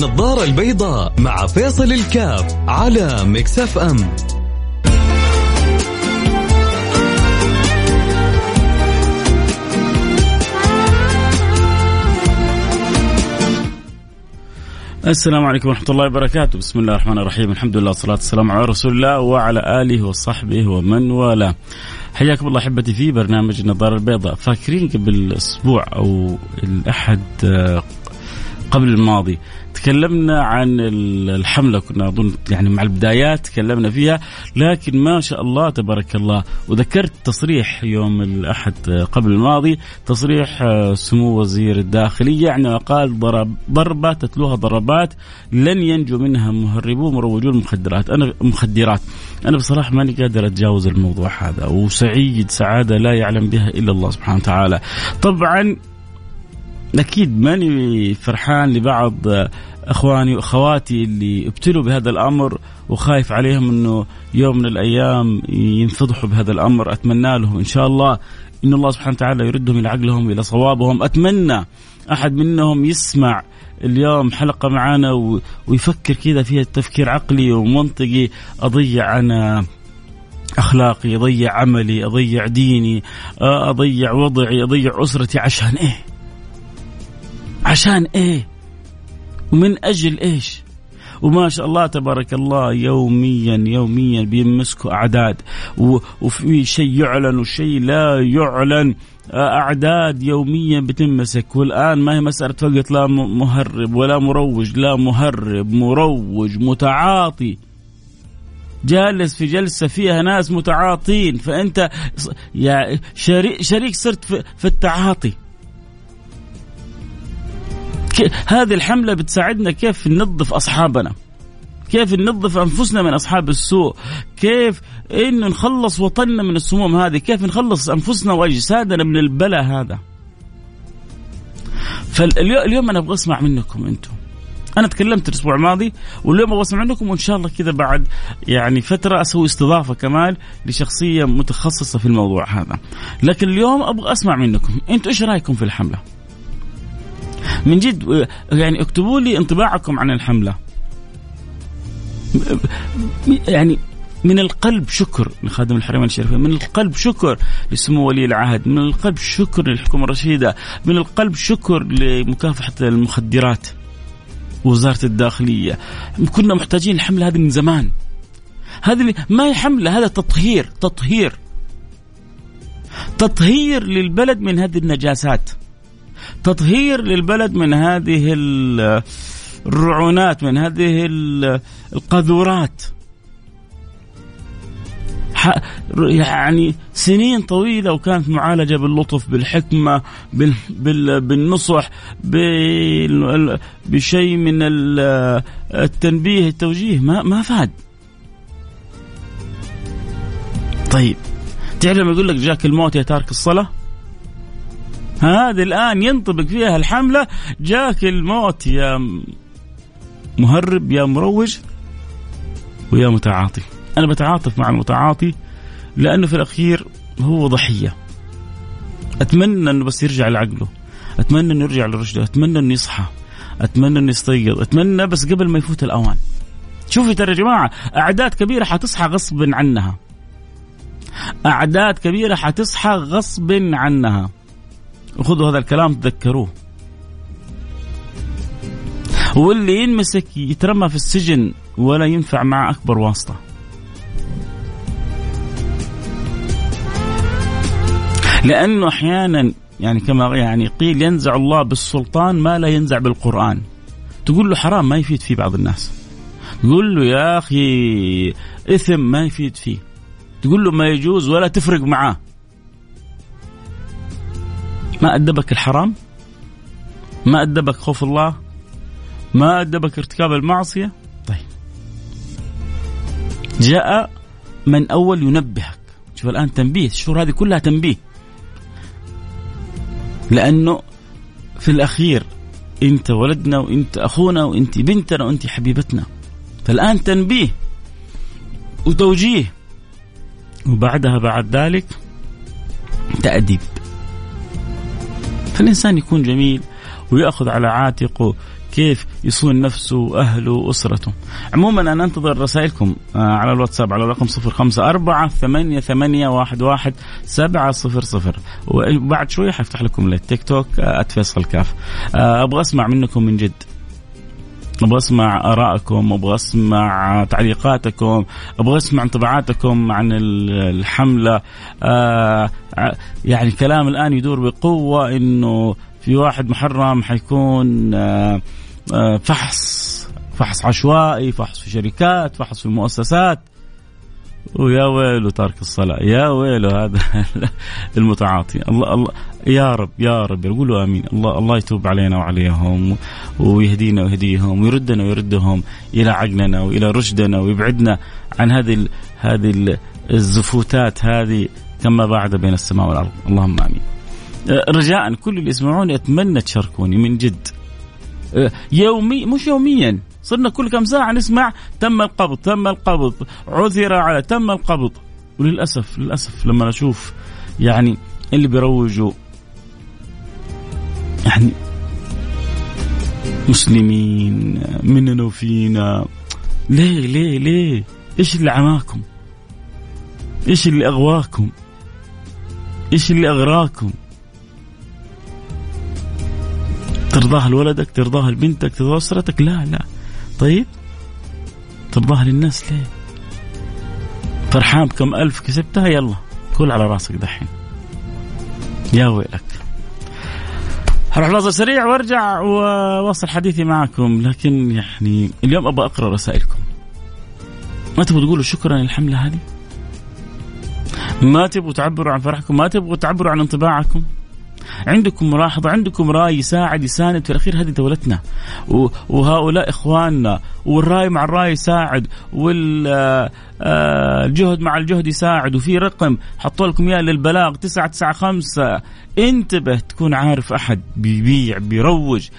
النظارة البيضاء مع فيصل الكاف على ميكس اف ام. السلام عليكم ورحمة الله وبركاته. بسم الله الرحمن الرحيم. الحمد لله والصلاة والسلام على رسول الله وعلى آله وصحبه ومن والاه. حياكم الله أحبتي في برنامج النظارة البيضاء. فاكرين قبل أسبوع أو الأحد قبل الماضي تكلمنا عن الحملة، كنا أظن يعني مع البدايات تكلمنا فيها، لكن ما شاء الله تبارك الله. وذكرت تصريح يوم الأحد قبل الماضي، تصريح سمو وزير الداخلية، يعني قال ضربة تتلوها ضربات لن ينجو منها مهربو مروجو المخدرات. أنا بصراحة ماني قادر أتجاوز الموضوع هذا، وسعيد سعادة لا يعلم بها إلا الله سبحانه وتعالى. طبعا أكيد ماني فرحان لبعض أخواني وأخواتي اللي ابتلوا بهذا الأمر، وخايف عليهم أنه يوم من الأيام ينفضحوا بهذا الأمر. أتمنى لهم إن شاء الله إن الله سبحانه وتعالى يردهم إلى عقلهم إلى صوابهم. أتمنى أحد منهم يسمع اليوم حلقة معانا ويفكر كذا فيها تفكير عقلي ومنطقي. أضيع أنا أخلاقي، أضيع عملي، أضيع ديني، أضيع وضعي، أضيع أسرتي عشان إيه؟ عشان إيه؟ ومن أجل إيش؟ وما شاء الله تبارك الله يوميا بيمسكوا أعداد، وفي شيء يعلن وشيء لا يعلن. أعداد يوميا بتمسك. والآن ما هي مسألة فقط لا مهرب ولا مروج، لا مهرب مروج متعاطي جالس في جلسة فيها ناس متعاطين، فأنت يا شريك صرت في التعاطي. هذه الحملة بتساعدنا كيف ننظف أصحابنا، كيف ننظف أنفسنا من أصحاب السوء، كيف إنه نخلص وطننا من السموم هذه، كيف نخلص أنفسنا وأجسادنا من البلاء هذا. فاليوم أنا أبغى أسمع منكم أنتم. أنا تكلمت الأسبوع الماضي، واليوم أبغى أسمع منكم، وإن شاء الله كذا بعد يعني فترة أسوي استضافة كمان لشخصية متخصصة في الموضوع هذا. لكن اليوم أبغى أسمع منكم أنتم إيش رأيكم في الحملة من جد. يعني اكتبوا لي انطباعكم عن الحملة. يعني من القلب شكر لخادم الحرمين الشريفين، من القلب شكر لسمو ولي العهد، من القلب شكر للحكومة الرشيدة، من القلب شكر لمكافحة المخدرات ووزارة الداخلية. كنا محتاجين الحملة هذه من زمان. هذه ما هي حملة، هذا تطهير للبلد من هذه النجاسات، تطهير للبلد من هذه الرعونات، من هذه القذورات. يعني سنين طويلة وكانت معالجة باللطف، بالحكمة، بالنصح، بشيء من التنبيه، التوجيه، ما فاد. طيب تعرف لما يقول لك جاك الموت يا تارك الصلاة، هذا الآن ينطبق فيها الحملة. جاك الموت يا مهرب، يا مروج، ويا متعاطي. أنا بتعاطف مع المتعاطي لأنه في الأخير هو ضحية. أتمنى أنه بس يرجع لعقله، أتمنى أنه يرجع لرشده، أتمنى أنه يصحى، أتمنى أنه يستيقظ، أتمنى بس قبل ما يفوت الأوان. شوفي ترى يا جماعة، أعداد كبيرة حتصحى غصب عنها، أعداد كبيرة حتصحى غصب عنها. وخذوا هذا الكلام تذكروه. واللي ينمسك يترمى في السجن ولا ينفع مع أكبر واسطة. لأنه أحيانا يعني كما يعني قيل ينزع الله بالسلطان ما لا ينزع بالقرآن. تقول له حرام ما يفيد فيه بعض الناس، تقول له يا أخي إثم ما يفيد فيه، تقول له ما يجوز ولا تفرق معاه. ما أدبك الحرام، ما أدبك خوف الله، ما أدبك ارتكاب المعصية. طيب جاء من أول ينبهك. شوف الآن تنبيه، الشهور هذه كلها تنبيه، لأنه في الأخير أنت ولدنا، وأنت أخونا، وأنت بنتنا، وأنت حبيبتنا. فالآن تنبيه وتوجيه، وبعدها بعد ذلك تأديب. فالإنسان يكون جميل ويأخذ على عاتقه كيف يصون نفسه وأهله وأسرته. عموما أنا أنتظر رسائلكم على الواتساب على الرقم 0548811700 وبعد شوي حفتح لكم التيك توك @فيصل كاف. أبغى أسمع منكم من جد، أبغى أسمع آرائكم، أبغى أسمع تعليقاتكم، أبغى أسمع انطباعاتكم عن الحملة. يعني كلام الآن يدور بقوة إنه في 1 محرم حيكون فحص عشوائي، فحص في شركات، فحص في مؤسسات. ويا ويله تارك الصلاة، يا ويله هذا المتعاطي. الله يا رب يقولوا آمين. الله يتوب علينا وعليهم ويهدينا ويهديهم ويردنا ويردهم إلى عقلنا وإلى رشدنا ويبعدنا عن هذه الزفوتات هذه كما بعد بين السماء والأرض. اللهم آمين. رجاء كل اللي يسمعوني أتمنى تشاركوني من جد، يومي مش يوميا، صرنا كل كم ساعة نسمع تم القبض عثر على تم القبض. وللأسف لما نشوف يعني اللي بيروجوا يعني مسلمين مننا وفينا، ليه إيش اللي عماكم؟ إيش اللي أغواكم؟ إيش اللي أغراكم؟ ترضاها لولدك، ترضاها لبنتك، ترضاها لأسرتك؟ لا. طيب ترضاها للناس ليه؟ فرحان بكم 1000 كسبتها، يلا كل على راسك دحين، يا ويلك. هروح لحظة سريع وارجع وواصل حديثي معكم. لكن يعني اليوم أبغى أقرأ رسائلكم. ما تبغوا تقولوا شكرا للحملة هذه؟ ما تبغوا تعبروا عن فرحكم؟ ما تبغوا تعبروا عن انطباعكم؟ عندكم ملاحظة، عندكم رأي يساعد يساند؟ في الأخير هذه دولتنا وهؤلاء إخواننا، والرأي مع الرأي يساعد، والجهد مع الجهد يساعد. وفي رقم حطوا لكم إياه للبلاغ 995. انتبه، تكون عارف أحد بيبيع بيروج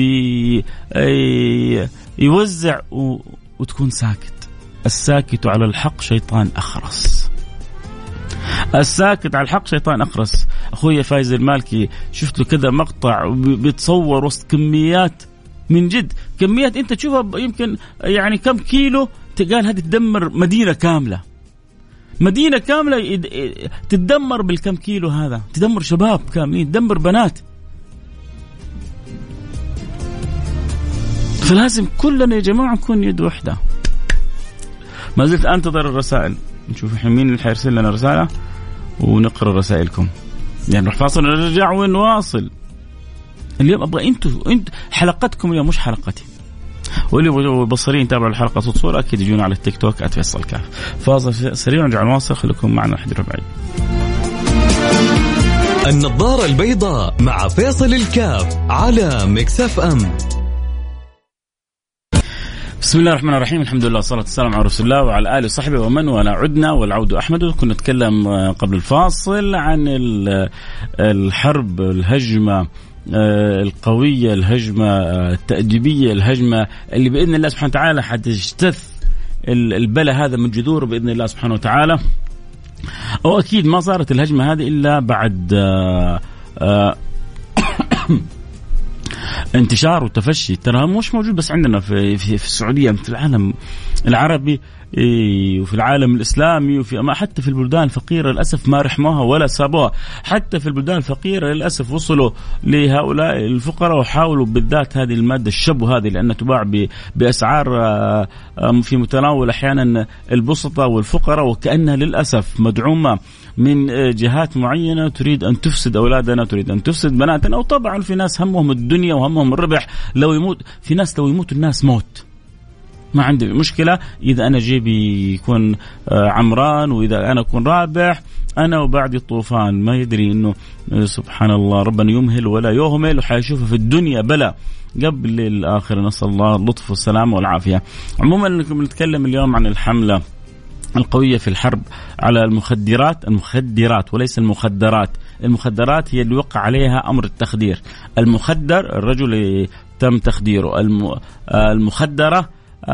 بيوزع وتكون ساكت. الساكت على الحق شيطان أخرس. الساكت على الحق شيطان أخرس. أخوي فايز المالكي شفت له كذا مقطع بيتصور وسط كميات، من جد كميات أنت تشوفها يمكن يعني كم كيلو، تقال هذه تدمر مدينة كاملة تدمر بالكم كيلو هذا، تدمر شباب كاملين، تدمر بنات. فلازم كلنا يا جماعة نكون يد واحدة. ما زلت أنتظر الرسائل، نشوف مين اللي حيرسل لنا رسالة ونقرأ رسائلكم. يعني نروح فاصل ونرجع ونواصل. اليوم أبغى أنتوا حلقتكم اليوم مش حلقتي. واللي بصريين تابعوا الحلقة صوت صورة أكيد يجونا على التيك توك @فيصل كاف. فاصل سريع ونرجع نواصل، خليكم معنا لحد ربعي. النظارة البيضاء مع فيصل الكاف على ميكس اف ام. بسم الله الرحمن الرحيم، الحمد لله والصلاة والسلام على رسول الله وعلى آله وصحبه ومن ولا. عدنا والعود أحمد. كنا نتكلم قبل الفاصل عن الحرب، الهجمة القوية، الهجمة التأديبية، الهجمة اللي بإذن الله سبحانه وتعالى حتجتث البلاء هذا من جذوره بإذن الله سبحانه وتعالى. أو أكيد ما صارت الهجمة هذه إلا بعد انتشار وتفشي. ترى مش موجود بس عندنا في السعودية، في العالم العربي وفي العالم الإسلامي، وفي حتى في البلدان الفقيرة للأسف ما رحموها ولا سابوها. حتى في البلدان الفقيرة للأسف وصلوا لهؤلاء الفقراء وحاولوا بالذات هذه المادة الشبو هذه، لأنها تباع بأسعار في متناول أحيانا البسطة والفقراء، وكأنها للأسف مدعومة من جهات معينة تريد أن تفسد أولادنا، تريد أن تفسد بناتنا. وطبعا في ناس همهم الدنيا وهمهم الربح. لو يموت في ناس، لو يموت الناس موت ما عندي مشكلة إذا أنا جيبي يكون عمران، وإذا أنا أكون رابح أنا وبعد الطوفان. ما يدري إنه سبحان الله ربنا يمهل ولا يهمل، وحيشوفه في الدنيا بلا قبل الآخرة. نسأل الله اللطف والسلامة والعافية. عموما نتكلم اليوم عن الحملة القوية في الحرب على المخدرات وليس المخدرات. المخدرات هي اللي وقع عليها أمر التخدير. المخدر الرجل تم تخديره. المخدرة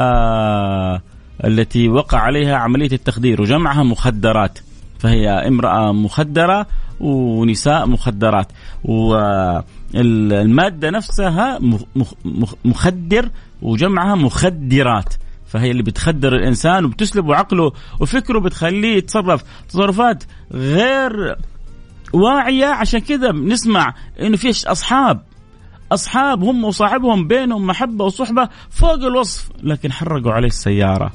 التي وقع عليها عملية التخدير وجمعها مخدرات، فهي امرأة مخدرة ونساء مخدرات. المادة نفسها مخدر، وجمعها مخدرات، فهي اللي بتخدر الإنسان وبتسلب عقله وفكره، بتخليه يتصرف تصرفات غير واعية. عشان كده نسمع إنه فيش أصحاب هم وصاحبهم بينهم محبة وصحبة فوق الوصف، لكن حرقوا عليه السيارة.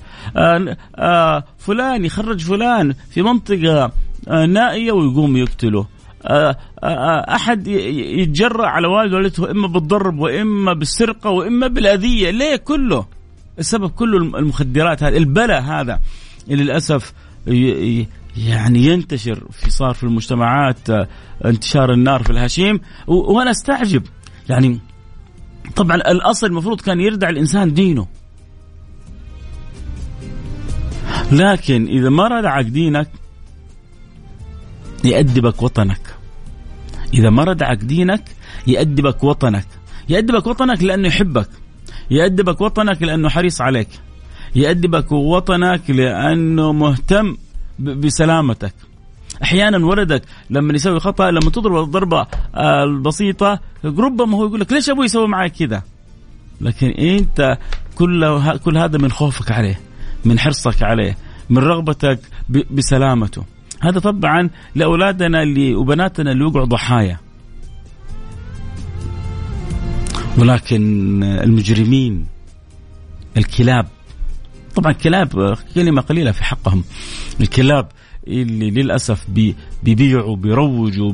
فلان يخرج فلان في منطقة نائية ويقوم يقتله. أحد يتجرأ على والد والدته إما بالضرب وإما بالسرقة وإما بالأذية. ليه؟ كله السبب كله المخدرات، هذا البلاء هذا اللي للأسف يعني ينتشر صار في المجتمعات انتشار النار في الهشيم. وأنا استعجب يعني، طبعا الأصل المفروض كان يردع الإنسان دينه، لكن إذا ما ردعك دينك يأدبك وطنك. إذا ما ردعك دينك يأدبك وطنك. يأدبك وطنك لأنه يحبك، يأدبك وطنك لأنه حريص عليك، يأدبك وطنك لأنه مهتم بسلامتك. أحيانا ولدك لما يسوي خطأ، لما تضرب الضربة البسيطة ربما هو يقول لك ليش أبوي يسوي معك كذا، لكن أنت كل هذا من خوفك عليه، من حرصك عليه، من رغبتك بسلامته. هذا طبعا لأولادنا وبناتنا اللي يقعوا ضحايا. ولكن المجرمين الكلاب، طبعا الكلاب كلمة قليلة في حقهم، الكلاب اللي للأسف بيبيعوا بيروجوا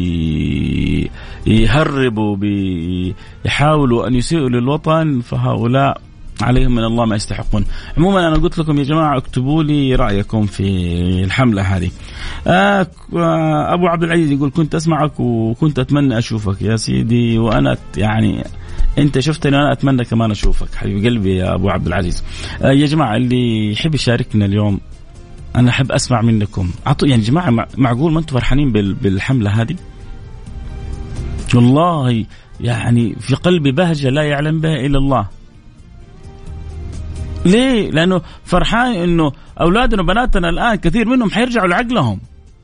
بيهربوا بيحاولوا أن يسيئوا للوطن، فهؤلاء عليهم من الله ما يستحقون. عموما أنا قلت لكم يا جماعة اكتبوا لي رأيكم في الحملة هذه. أبو عبد العزيز يقول كنت أسمعك وكنت أتمنى أشوفك يا سيدي، وأنا يعني أنت شفتني وأنا أتمنى كمان أشوفك حبيب قلبي يا أبو عبد العزيز. يا جماعة اللي يحب يشاركنا اليوم أنا أحب أسمع منكم. يعني جماعة معقول ما أنتم فرحانين بالحملة هذه؟ والله يعني في قلبي بهجة لا يعلم بها إلا الله. ليه؟ لأنه فرحان إنه أولادنا وبناتنا الآن كثير منهم حيرجعوا لعقلهم.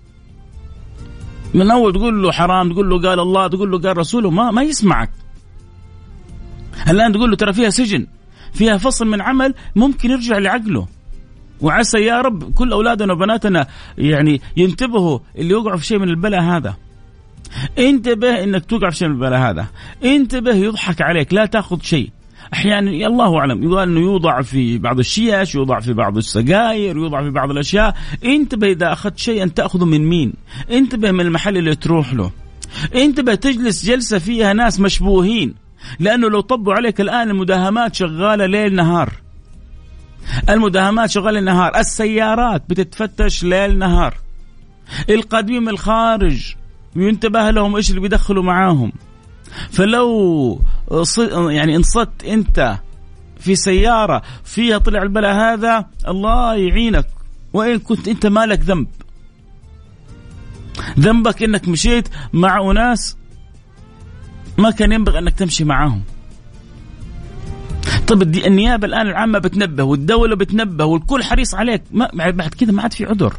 من أول تقول له حرام، تقول له قال الله، تقول له قال رسوله، ما يسمعك. الآن تقول له ترى فيها سجن، فيها فصل من عمل، ممكن يرجع لعقله. وعسى يا رب كل أولادنا وبناتنا يعني ينتبهوا اللي يوقعوا في شيء من البلاء هذا. انتبه إنك توقع في شيء من البلاء هذا، انتبه يضحك عليك، لا تأخذ شيء. أحيانا الله أعلم يقال إنه يوضع في بعض الشيش، يوضع في بعض السجاير، يوضع في بعض الأشياء. انتبه إذا أخذت شيء أن تأخذه من مين، انتبه من المحل اللي تروح له، انتبه تجلس جلسة فيها ناس مشبوهين، لأنه لو طبوا عليك الآن المداهمات شغالة ليل نهار، المداهمات شغالة النهار، السيارات بتتفتش ليل نهار، القادمين من الخارج ينتبه لهم إيش اللي بيدخلوا معاهم. فلو يعني انصت أنت في سيارة فيها طلع البلاء هذا، الله يعينك. وإن كنت أنت مالك ذنب، ذنبك إنك مشيت مع أناس ما كان ينبغي أنك تمشي معهم. طب النيابة الآن العامة بتنبه، والدولة بتنبه، والكل حريص عليك، بعد كده ما عاد في عذر.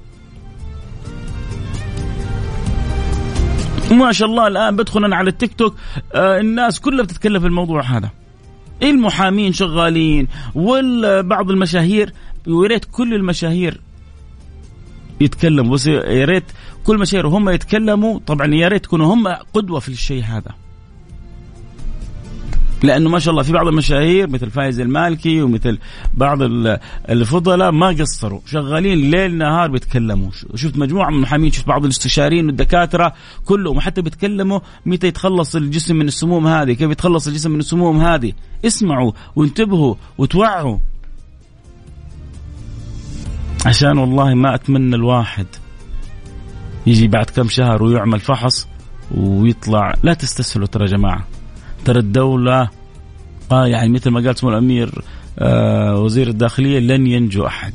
ما شاء الله الآن بدخل أنا على التيك توك، الناس كلها بتتكلم في الموضوع هذا، المحامين شغالين والبعض المشاهير. وياريت كل المشاهير يتكلموا، بس ياريت كل مشاهير هم يتكلموا. طبعا ياريت يكونوا هم قدوة في الشيء هذا، لأنه ما شاء الله في بعض المشاهير مثل فايز المالكي ومثل بعض الفضلاء ما قصروا، شغالين ليل نهار بيتكلموا. شفت مجموعة من المحامين، شفت بعض الاستشاريين والدكاترة كلهم، وحتى بيتكلموا متى يتخلص الجسم من السموم هذه، كيف يتخلص الجسم من السموم هذه. اسمعوا وانتبهوا وتوعوا، عشان والله ما أتمنى الواحد يجي بعد كم شهر ويعمل فحص ويطلع. لا تستسهلوا ترى يا جماعة، ترى الدولة يعني مثل ما قال سمو الأمير وزير الداخلية لن ينجو أحد،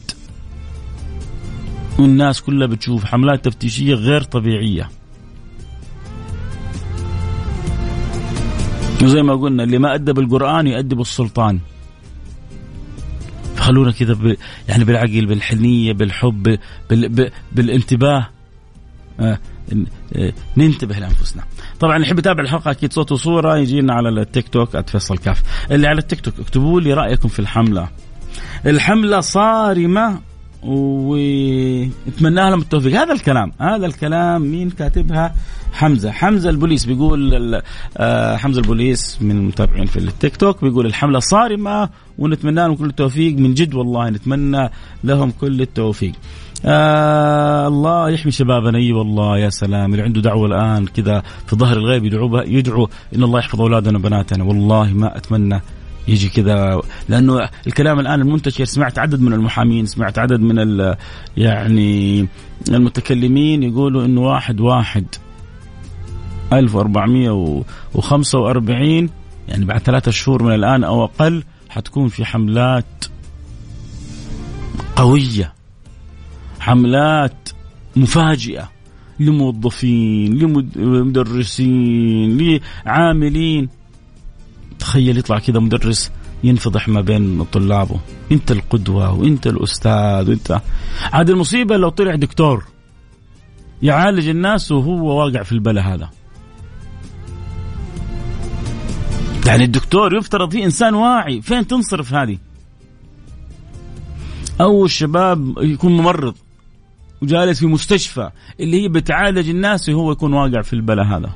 والناس كلها بتشوف حملات تفتيشية غير طبيعية. وزي ما قلنا اللي ما أدب القرآن يأدب السلطان. فخلونا كذا يعني بالعقل، بالحنية، بالحب، بالانتباه، ننتبه لأنفسنا. طبعا اللي يحب يتابع الحلقة أكيد صوت وصورة يجينا على التيك توك @فيصل كاف. اللي على التيك توك اكتبوا لي رأيكم في الحملة صارمة واتمنى لهم التوفيق. هذا الكلام مين كاتبها؟ حمزة البوليس بيقول حمزة البوليس من المتابعين في التيك توك بيقول الحملة صارمة ونتمنى لهم كل التوفيق. من جد والله نتمنى لهم كل التوفيق. الله يحمي شبابنا. اي والله يا سلام، اللي عنده دعوة الآن كذا في ظهر الغيب يدعو إن الله يحفظ أولادنا وبناتنا. والله ما أتمنى يجي كذا، لأنه الكلام الآن المنتشر، سمعت عدد من المحامين، سمعت عدد من يعني المتكلمين يقولوا إنه واحد 1445 يعني بعد 3 شهور من الآن أو أقل حتكون في حملات قوية، حملات مفاجئة لموظفين، لمدرسين، لعاملين. تخيل يطلع كذا مدرس ينفضح ما بين طلابه، انت القدوة وانت الأستاذ وانت. هذه المصيبة لو طلع دكتور يعالج الناس وهو واقع في البلاء هذا. يعني الدكتور يفترض فيه إنسان واعي، فين تنصرف هذه؟ أو الشباب يكون ممرض وجالس في مستشفى اللي هي بتعالج الناس وهو يكون واقع في البلاء هذا.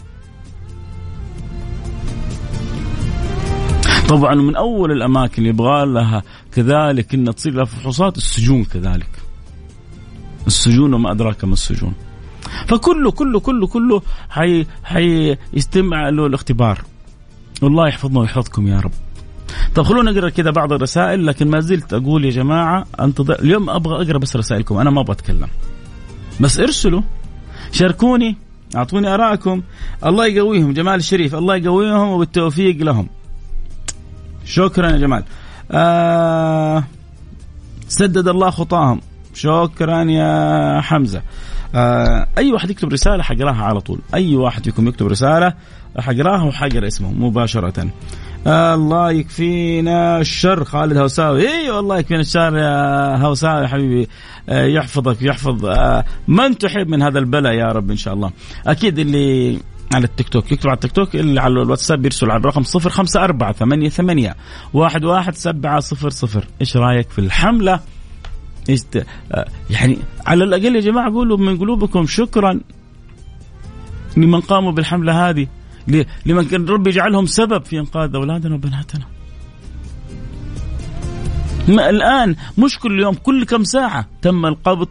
طبعا من أول الأماكن يبغى لها كذلك إن تصير لها فحوصات، السجون كذلك، السجون وما أدراك ما السجون. فكله كله كله كله حي يستمع له الاختبار. والله يحفظنا ويحفظكم يا رب. طب خلونا نقرأ كذا بعض الرسائل، لكن ما زلت أقول يا جماعة اليوم أبغى أقرأ بس رسائلكم، أنا ما بتكلم، بس ارسلوا، شاركوني، أعطوني آراءكم. الله يقويهم. جمال الشريف الله يقويهم وبالتوفيق لهم. شكرا يا جمال. سدد الله خطاهم. شكرا يا حمزة. أي واحد يكتب رسالة حقراها على طول، أي واحد فيكم يكتب رسالة حقراها وحقر اسمه مباشرة. الله يكفينا الشر. خالد هوساوي، اي والله يكفينا الشر يا هوساوي حبيبي. يحفظك يحفظ من تحب من هذا البلاء يا رب إن شاء الله. أكيد اللي على التيك توك يكتب على التيك توك، اللي على الواتساب يرسل على الرقم 0548811700. إيش رأيك في الحملة؟ يعني على الأقل يا جماعة قولوا من قلوبكم شكرا لمن قاموا بالحملة هذه، لمن كان رب يجعلهم سبب في إنقاذ أولادنا وبناتنا. الآن مش كل يوم، كل كم ساعة تم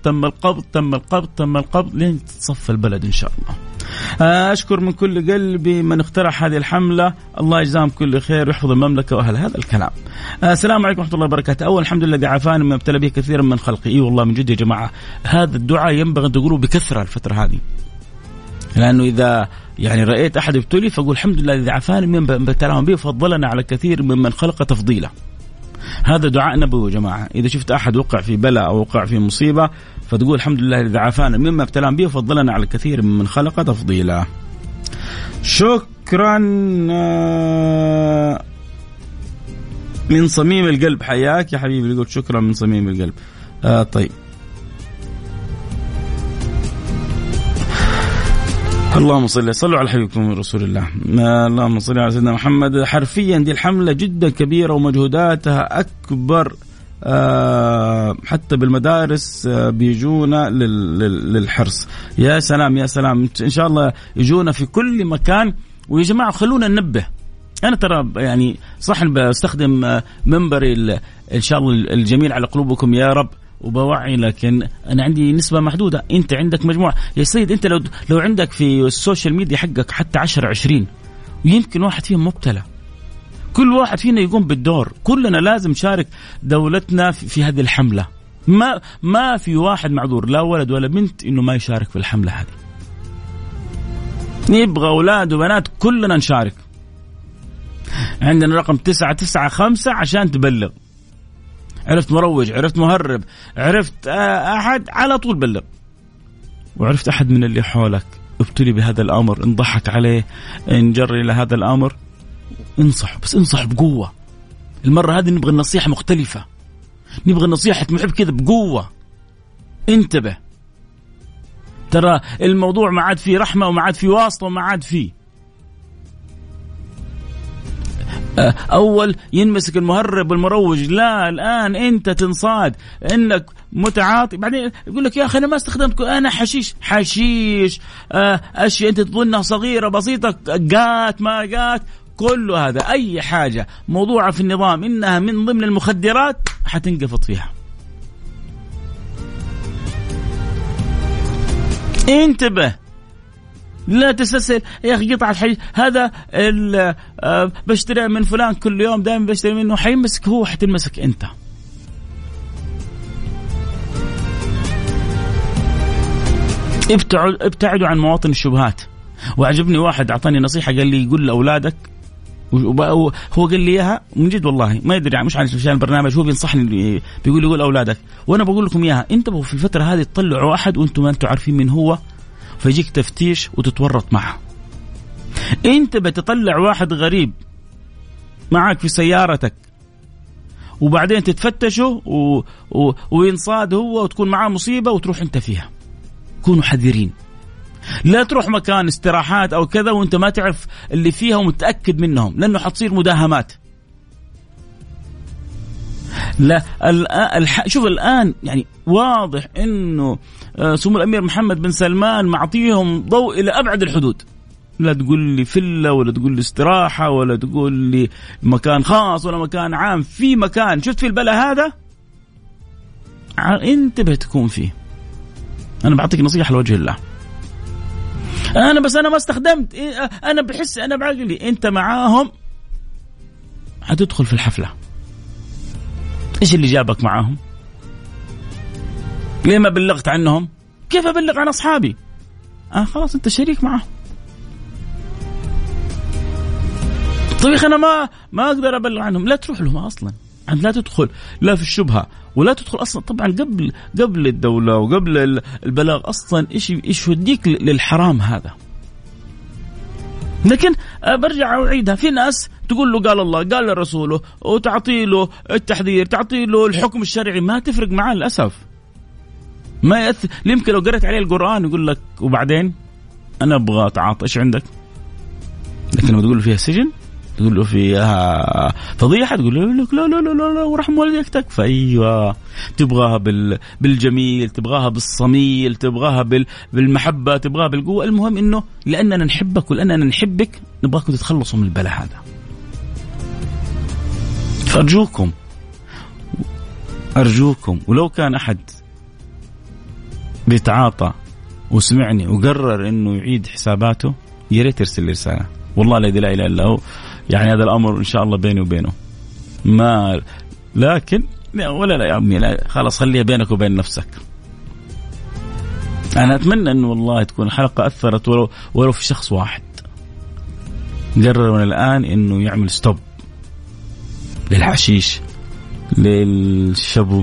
القبض لين تصفى البلد إن شاء الله. أشكر من كل قلبي من اقترح هذه الحملة، الله يجزاهم كل خير ويحفظ المملكة وأهل هذا الكلام. السلام عليكم ورحمة الله وبركاته. أول الحمد لله عافاني مما ابتلى به كثيرا من خلقي. إيه والله من جد يا جماعة، هذا الدعاء ينبغي أن تقولوا بكثرة الفترة هذه، لأنه إذا يعني رأيت أحد يبتلي فقول الحمد لله الذي عافاني مما ابتلاهم به فضلنا على كثير ممن خلق تفضيلا. هذا دعاء نبوي يا جماعة. إذا شفت أحد وقع في بلاء أو وقع في مصيبة فتقول الحمد لله الذي عافانا مما ابتلاهم به وفضلنا على كثير ممن خلق تفضيلا. شكرا من صميم القلب. حياك يا حبيبي. يقول شكرا من صميم القلب. طيب اللهم صلوا على حبيبكم رسول الله. اللهم صل على سيدنا محمد. حرفيا دي الحملة جدا كبيرة ومجهوداتها أكبر. حتى بالمدارس بيجونا للحرص. يا سلام يا سلام، إن شاء الله يجونا في كل مكان. ويا جماعة خلونا ننبه. أنا ترى يعني صح بستخدم منبري إن شاء الله الجميل على قلوبكم يا رب وبوعي، لكن أنا عندي نسبة محدودة. أنت عندك مجموعة يا سيد. أنت لو عندك في السوشيال ميديا حقك حتى 10-20 ويمكن واحد فيهم مبتلى، كل واحد فينا يقوم بالدور. كلنا لازم نشارك دولتنا في هذه الحملة. ما في واحد معذور، لا ولد ولا بنت، إنه ما يشارك في الحملة هذه. نبغى أولاد وبنات كلنا نشارك. عندنا رقم 995 عشان تبلغ. عرفت مروج، عرفت مهرب، عرفت أحد، على طول بلغ. وعرفت أحد من اللي حولك ابتلي بهذا الأمر، انضحك عليه، انجر إلى هذا الأمر، انصح، بس انصح بقوة. المرة هذه نبغى النصيحة مختلفة، نبغى نصيحة محب كذا بقوة. انتبه، ترى الموضوع ما عاد فيه رحمة وما عاد فيه واسطة وما عاد فيه أول ينمسك المهرب والمروج، لا الآن أنت تنصاد إنك متعاطي، بعدين يقول لك يا أخي أنا ما استخدمت، أنا حشيش أشياء أنت تظنها صغيرة بسيطة، قات ما قات، كل هذا أي حاجة موضوعة في النظام إنها من ضمن المخدرات حتنقفط فيها. انتبه، لا تستسهل يا أخي قطعة حشيش هذا بشتري من فلان كل يوم دائما بشتري منه، حيمسك هو حتنمسك أنت. ابتعدوا عن مواطن الشبهات. وعجبني واحد أعطاني نصيحة قال لي يقول لأولادك، هو قال لي إياها من جد والله ما يدري مش عشان البرنامج، هو بينصحني بيقول أولادك، وأنا بقول لكم إياها، انتبهوا في الفترة هذه تطلعوا أحد وأنتم ما أنتم عارفين من هو فيجيك تفتيش وتتورط معه. انت بتطلع واحد غريب معك في سيارتك وبعدين تتفتشه وينصاد هو وتكون معاه مصيبة وتروح انت فيها. كونوا حذرين، لا تروح مكان استراحات او كذا وانت ما تعرف اللي فيها ومتأكد منهم، لانه حتصير مداهمات. لا شوف الآن يعني واضح انه سمو الأمير محمد بن سلمان معطيهم ضوء إلى أبعد الحدود. لا تقول لي فلة ولا تقول لي استراحة ولا تقول لي مكان خاص ولا مكان عام، في مكان شفت في البلاء هذا انتبه تكون فيه. أنا بعطيك نصيحة لوجه الله، أنا ما استخدمت، أنا بحس أنا بعقلي، أنت معاهم هتدخل في الحفلة. إيش اللي جابك معاهم؟ ليه ما بلغت عنهم؟ كيف أبلغ عن أصحابي؟ خلاص أنت شريك معهم. طيب أنا ما أقدر أبلغ عنهم، لا تروح لهم أصلا، لا تدخل لا في الشبهة ولا تدخل أصلا. طبعا قبل الدولة وقبل البلاغ أصلا إيش يوديك للحرام هذا. لكن برجع أعيدها، في ناس تقول له قال الله قال رسوله وتعطي له التحذير، تعطي له الحكم الشرعي، ما تفرق معاه للأسف، ما يأثر. يمكن لو قرأت عليه القرآن يقول لك وبعدين أنا أبغى أتعاطى، إيش عندك؟ لكن لما تقول له فيها سجن، تقول له فيها فضيحة، تقول له لا لا لا لا ورحم والديك تكفى. أيوة، تبغاها بالجميل، تبغاها بالصميل، تبغاها بالمحبة، تبغاها بالقوة. المهم إنه لأننا نحبك ولأننا نحبك نبغاكم تتخلصوا من البلاء هذا. فأرجوكم ولو كان أحد بيتعاطى وسمعني وقرر إنه يعيد حساباته، يا ريت يرسل لي رسالة. والله لا إله إلا هو، يعني هذا الأمر إن شاء الله بيني وبينه، ما لكن ولا لا يا عمي، لا خلاص خليها بينك وبين نفسك. أنا أتمنى إنه والله تكون الحلقة أثرت ولو في شخص واحد قرر من الآن إنه يعمل ستوب للحشيش، للشبو،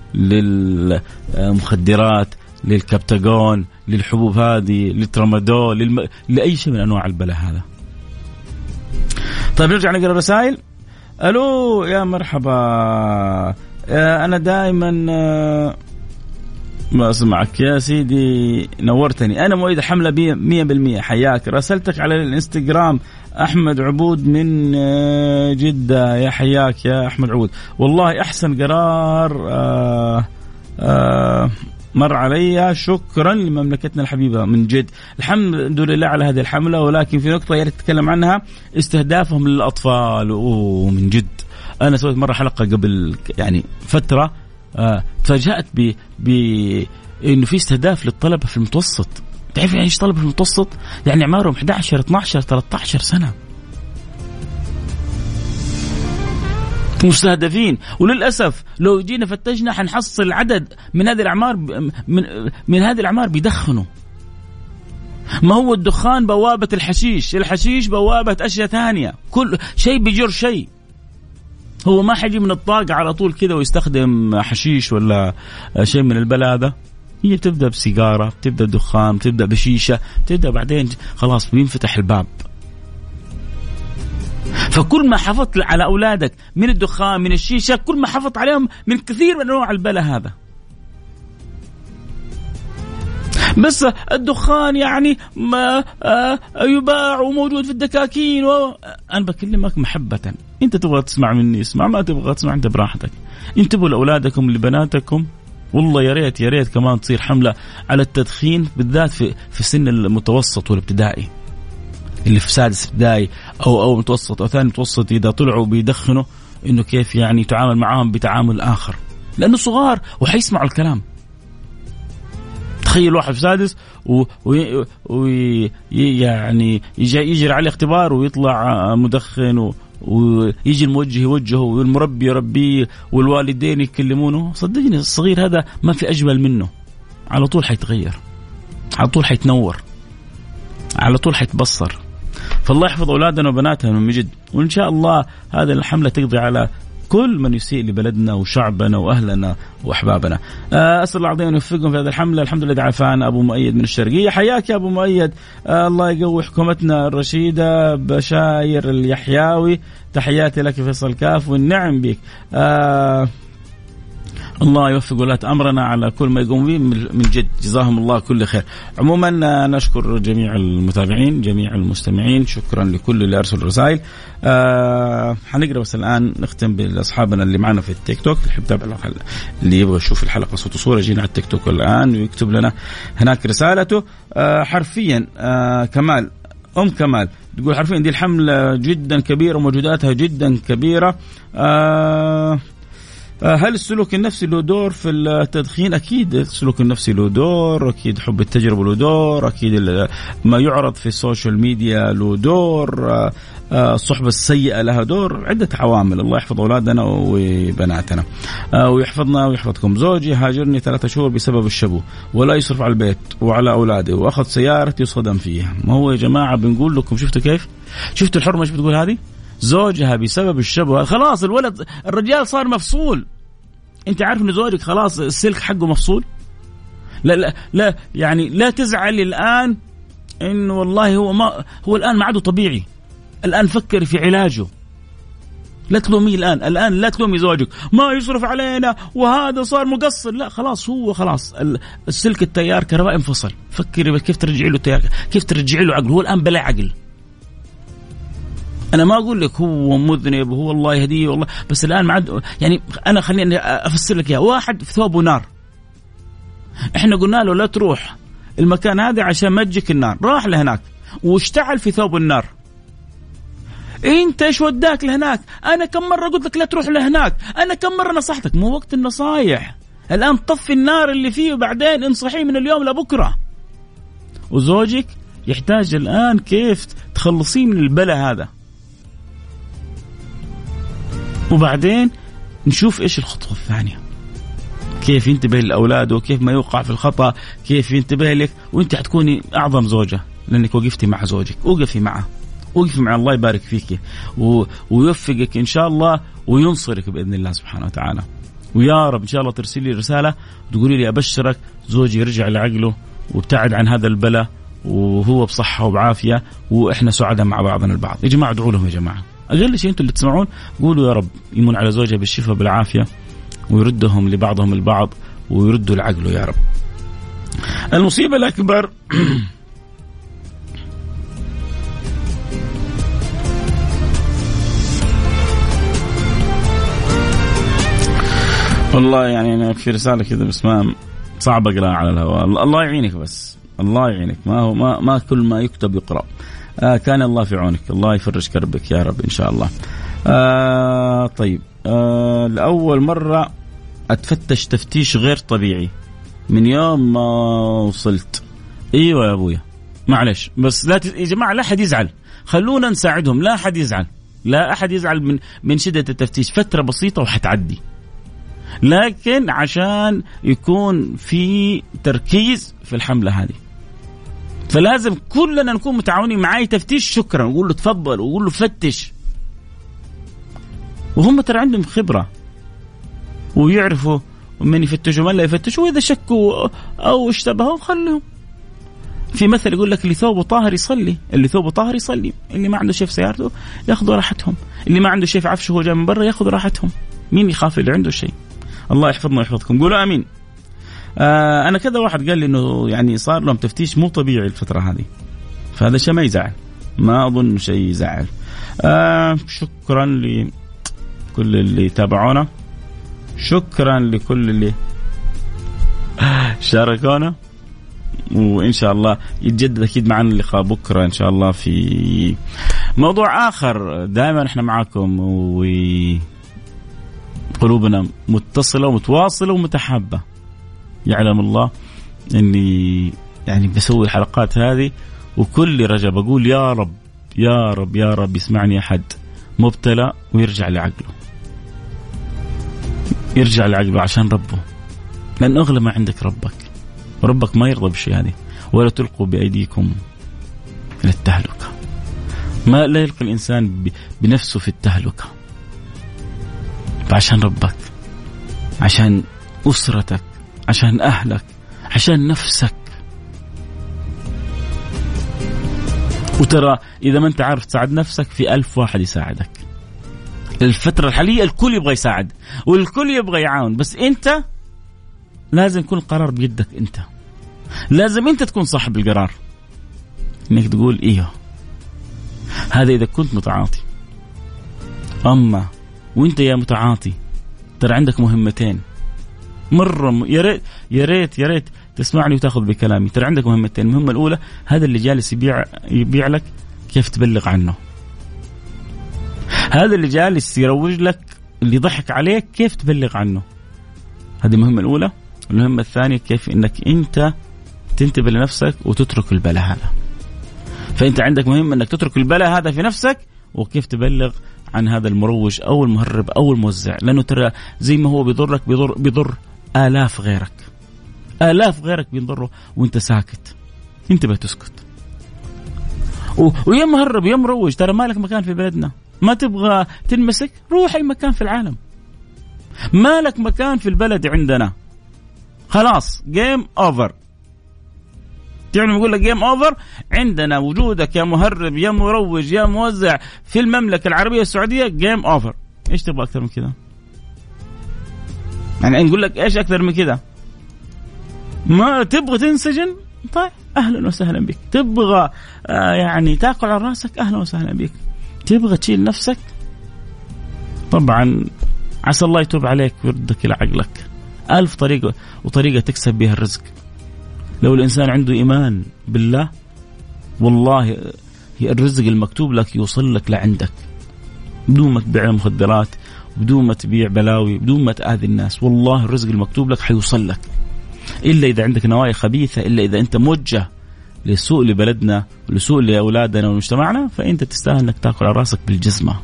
للمخدرات، للكبتاجون، للحبوب هذه، للترامادول، لأي شيء من أنواع البلاء هذا. طيب نرجع نقرأ رسائل. ألو يا مرحبا، أنا دائما ما أسمعك يا سيدي، نورتني. أنا مؤيد حملة 100%. حياك، راسلتك على الانستغرام أحمد عبود من جدة. يا حياك يا أحمد عبود، والله أحسن قرار مر علي، شكرا لمملكتنا الحبيبة من جد. الحمد لله على هذه الحملة، ولكن في نقطة ياريت تتكلم عنها، استهدافهم للأطفال. من جد أنا سويت مرة حلقة قبل يعني فترة، تفاجأت إنه في استهداف للطلبة في المتوسط. تعرف يعني إيش طلبة في المتوسط؟ يعني عمرهم 11 12 13 سنة مستهدفين. وللأسف لو جينا فتشنا حنحصل عدد من هذه الأعمار، من هذه الأعمار بيدخنوا. ما هو الدخان بوابة الحشيش بوابة أشياء ثانية، كل شيء بيجر شيء. هو ما حيجي من الطاقة على طول كذا ويستخدم حشيش ولا شيء من البلاء هذا. هي بتبدأ بسيجارة، بتبدأ دخان، بتبدأ بشيشة، بتبدأ بعدين خلاص بينفتح الباب. فكل ما حافظت على أولادك من الدخان من الشيشة، كل ما حافظت عليهم من كثير من أنواع البلاء هذا. بس الدخان يعني ما يباع وموجود في الدكاكين أنا بكلمك محبة. أنت تبغى تسمع مني اسمع، ما تبغى تسمع أنت براحتك. انتبهوا لأولادكم لبناتكم، والله يا ريت كمان تصير حملة على التدخين بالذات في سن المتوسط والابتدائي، اللي في سادس ابتدائي أو متوسط أو ثاني متوسط، إذا طلعوا بيدخنوا إنه كيف يعني يتعامل معهم بتعامل آخر، لأنه صغار وحيسمعوا الكلام. تخيل واحد في سادس ويعني يجري عليه اختبار ويطلع مدخن ويجي الموجه يوجهه والمربي يربيه والوالدين يكلمونه. صدقني الصغير هذا ما في أجمل منه، على طول حيتغير، على طول حيتنور، على طول حيتبصر. فالله يحفظ أولادنا وبناتنا من جد، وإن شاء الله هذه الحملة تقضي على كل من يسيء لبلدنا وشعبنا وأهلنا وأحبابنا. أسأل الله العظيم أن يوفقهم في هذه الحملة. الحمد لله عافانا أبو مؤيد من الشرقية. حياك يا أبو مؤيد. الله يقوي حكومتنا الرشيدة بشاير اليحياوي. تحياتي لك فيصل كاف والنعم بك. الله يوفق ولاة أمرنا على كل ما يقوم به من جد، جزاهم الله كل خير. عموما نشكر جميع المتابعين جميع المستمعين، شكرا لكل اللي أرسل رسائل. حنقرأ بس الآن نختم بأصحابنا اللي معنا في التيك توك، اللي يبغى يشوف الحلقة صوت وصورة يجينا على التيك توك الآن ويكتب لنا هناك رسالته. حرفيا كمال كمال تقول حرفيا دي الحملة جدا كبيرة وموجوداتها جدا كبيرة. هل السلوك النفسي له دور في التدخين؟ أكيد السلوك النفسي له دور، أكيد حب التجربة له دور، أكيد ما يعرض في السوشيال ميديا له دور، الصحبة السيئة لها دور، عدة عوامل. الله يحفظ أولادنا وبناتنا ويحفظنا ويحفظكم. زوجي هاجرني 3 شهور بسبب الشبو ولا يصرف على البيت وعلى أولادي وأخذ سيارتي وصدم فيها. ما هو يا جماعة بنقول لكم شفتوا كيف؟ شفتوا الحرمة ايش بتقول هذه؟ زوجها بسبب الشبه، خلاص الولد الرجال صار مفصول. انت عارف ان زوجك خلاص السلك حقه مفصول. لا يعني لا تزعل الآن انه والله هو الآن ما عاده طبيعي. الآن فكر في علاجه، لا تلومي الآن لا تلومي زوجك ما يصرف علينا وهذا صار مقصر. لا خلاص هو خلاص السلك التيار كهرباء انفصل. فكري كيف ترجعي له التيار، كيف ترجعي له عقل. هو الآن بلا عقل. أنا ما أقول لك هو مذنب وهو الله يهديه والله، بس الآن معد يعني أنا خليني أفسر لك إياه. واحد في ثوبه نار، إحنا قلنا له لا تروح المكان هذا عشان ما تجيك النار، راح لهناك واشتعل في ثوب النار. أنت إيش وداك لهناك؟ أنا كم مرة قلت لك لا تروح لهناك، أنا كم مرة نصحتك. مو وقت النصايح الآن، طفي النار اللي فيه وبعدين انصحيه من اليوم لبكرة. وزوجك يحتاج الآن كيف تخلصيه من البلاء هذا، وبعدين نشوف إيش الخطوة الثانية، كيف ينتبه لأولاده وكيف ما يوقع في الخطأ، كيف ينتبه لك. وانت حتكوني أعظم زوجة لأنك وقفتي مع زوجك. وقفي معه، وقفي مع الله يبارك فيك ويوفقك إن شاء الله وينصرك بإذن الله سبحانه وتعالى. ويا رب إن شاء الله ترسلي رسالة تقولي لي أبشرك زوجي يرجع لعقله وابتعد عن هذا البلاء وهو بصحة وبعافية وإحنا سعداء مع بعضنا البعض. يا جماعة ادعوا لهم، يا جماعة أقل شيء أنتم اللي تسمعون قولوا يا رب يمن على زوجها بالشفاء بالعافية ويردهم لبعضهم البعض ويردوا العقل يا رب. المصيبة الأكبر والله يعني أنا في رسالة كذا بس ما صعب أقرأ على الهواء. الله يعينك، بس الله يعينك، ما كل ما يكتب يقرأ. كان الله في عونك، الله يفرج كربك يا رب إن شاء الله. طيب لأول مرة أتفتش تفتيش غير طبيعي من يوم ما وصلت. أيوة يا أبويا معلش، بس لا يا جماعة لا أحد يزعل، خلونا نساعدهم. لا أحد يزعل، لا أحد يزعل من شدة التفتيش. فترة بسيطة وحتعدي، لكن عشان يكون في تركيز في الحملة هذه فلازم كلنا نكون متعاونين. معاي تفتيش شكرا، وقول له تفضل وقول له فتش. وهم ترى عندهم خبرة ويعرفوا من يفتشوا من لا يفتشوا، وإذا شكوا أو اشتبهوا خلهم. في مثل يقول لك اللي ثوبه طاهر يصلي، اللي ثوبه طاهر يصلي. اللي ما عنده شيء في سيارته ياخذوا راحتهم، اللي ما عنده شيء في عفشه وجاء من برا ياخذوا راحتهم. مين يخاف اللي عنده شيء؟ الله يحفظنا ويحفظكم، قولوا آمين. أنا كذا واحد قال لي إنه يعني صار لهم تفتيش مو طبيعي الفترة هذه، فهذا شيء ما يزعل، ما أظن شيء يزعل. شكرا لكل اللي تابعونا، شكرا لكل اللي شاركونا، وإن شاء الله يتجدد أكيد معنا اللقاء بكرة إن شاء الله في موضوع آخر. دائما إحنا معكم وقلوبنا متصلة ومتواصلة ومتحابة. يعلم الله إني يعني بسوي الحلقات هذه وكل رجاء بقول يا رب يا رب يا رب يسمعني أحد مبتلى ويرجع لعقله، يرجع لعقله عشان ربه، لأن أغلى ما عندك ربك، وربك ما يرضى بالشيء هذه. ولا تلقوا بأيديكم إلى التهلكة، ما لا يلقي الإنسان بنفسه في التهلكة. فعشان ربك، عشان أسرتك، عشان أهلك، عشان نفسك. وترى إذا ما أنت عارف تساعد نفسك في 1000 واحد يساعدك. الفترة الحالية الكل يبغى يساعد والكل يبغى يعاون، بس أنت لازم يكون القرار بيدك أنت، لازم أنت تكون صاحب القرار إنك تقول إيه. هذا إذا كنت متعاطي. أما وأنت يا متعاطي ترى عندك مهمتين مرة، يا ريت تسمعني وتاخذ بكلامي. ترى عندك مهمتين. المهمة الأولى هذا اللي جالس يبيع لك كيف تبلغ عنه، هذا اللي جالس يروج لك اللي ضحك عليك كيف تبلغ عنه. هذه المهمة الأولى. المهمة الثانية كيف إنك أنت تنتبه لنفسك وتترك البلاء هذا. فأنت عندك مهمة إنك تترك البلاء هذا في نفسك، وكيف تبلغ عن هذا المروج أو المهرب أو الموزع، لأنه ترى زي ما هو بيضرك بيضر آلاف غيرك، آلاف غيرك بينضروا وانت ساكت. انت بتسكت ويا مهرب يا مروج، ترى مالك مكان في بلدنا. ما تبغى تنمسك روح أي مكان في العالم، مالك مكان في البلد عندنا. خلاص جيم أوفر. تعلم يقول لك جيم أوفر عندنا، وجودك يا مهرب يا مروج يا موزع في المملكة العربية السعودية جيم أوفر. إيش تبغى أكثر من كذا؟ يعني نقول لك إيش أكثر من كذا؟ ما تبغى تنسجن؟ طيب أهلا وسهلا بك. تبغى يعني تأكل على رأسك؟ أهلا وسهلا بك. تبغى تشيل نفسك؟ طبعا عسى الله يتوب عليك ويردك إلى عقلك. 1000 طريقة وطريقة تكسب بها الرزق. لو الإنسان عنده إيمان بالله والله الرزق المكتوب لك يوصل لك لعندك، بدون ما تبيع مخدرات، بدون ما تبيع بلاوي، بدون ما تآذي الناس. والله الرزق المكتوب لك حيوصل لك، إلا إذا عندك نوايا خبيثة، إلا إذا أنت موجه لسوء لبلدنا ولسوء لأولادنا ومجتمعنا، فأنت تستاهل أنك تأكل على رأسك بالجزمة.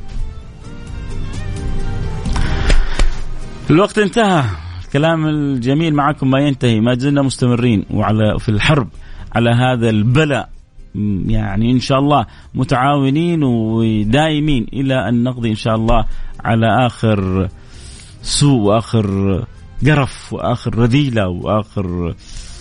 الوقت انتهى، الكلام الجميل معكم ما ينتهي، ما زلنا مستمرين في الحرب على هذا البلاء. يعني إن شاء الله متعاونين ودائمين إلى أن نقضي إن شاء الله على آخر سوء وآخر قرف وآخر رذيلة وآخر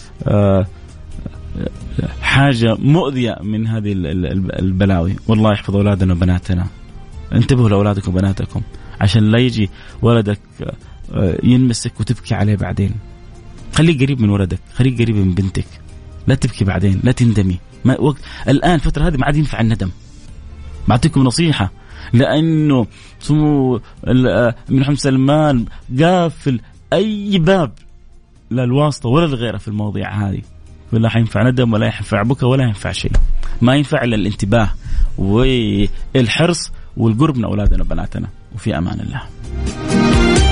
حاجة مؤذية من هذه البلاوي. والله يحفظ أولادنا وبناتنا. انتبهوا لأولادكم وبناتكم عشان لا يجي ولدك ينمسك وتبكي عليه بعدين. خليه قريب من ولدك، خليه قريب من بنتك، لا تبكي بعدين، لا تندمي. الآن فترة هذه ما عاد ينفع الندم. بعطيكم نصيحة، لأنه سمو من محمد سلمان قافل أي باب لا الواسطة ولا الغيرة في المواضيع هذه، ولا حينفع ندم ولا ينفع بكى ولا ينفع شيء. ما ينفع إلا الانتباه والحرص والقرب من أولادنا وبناتنا. وفي أمان الله.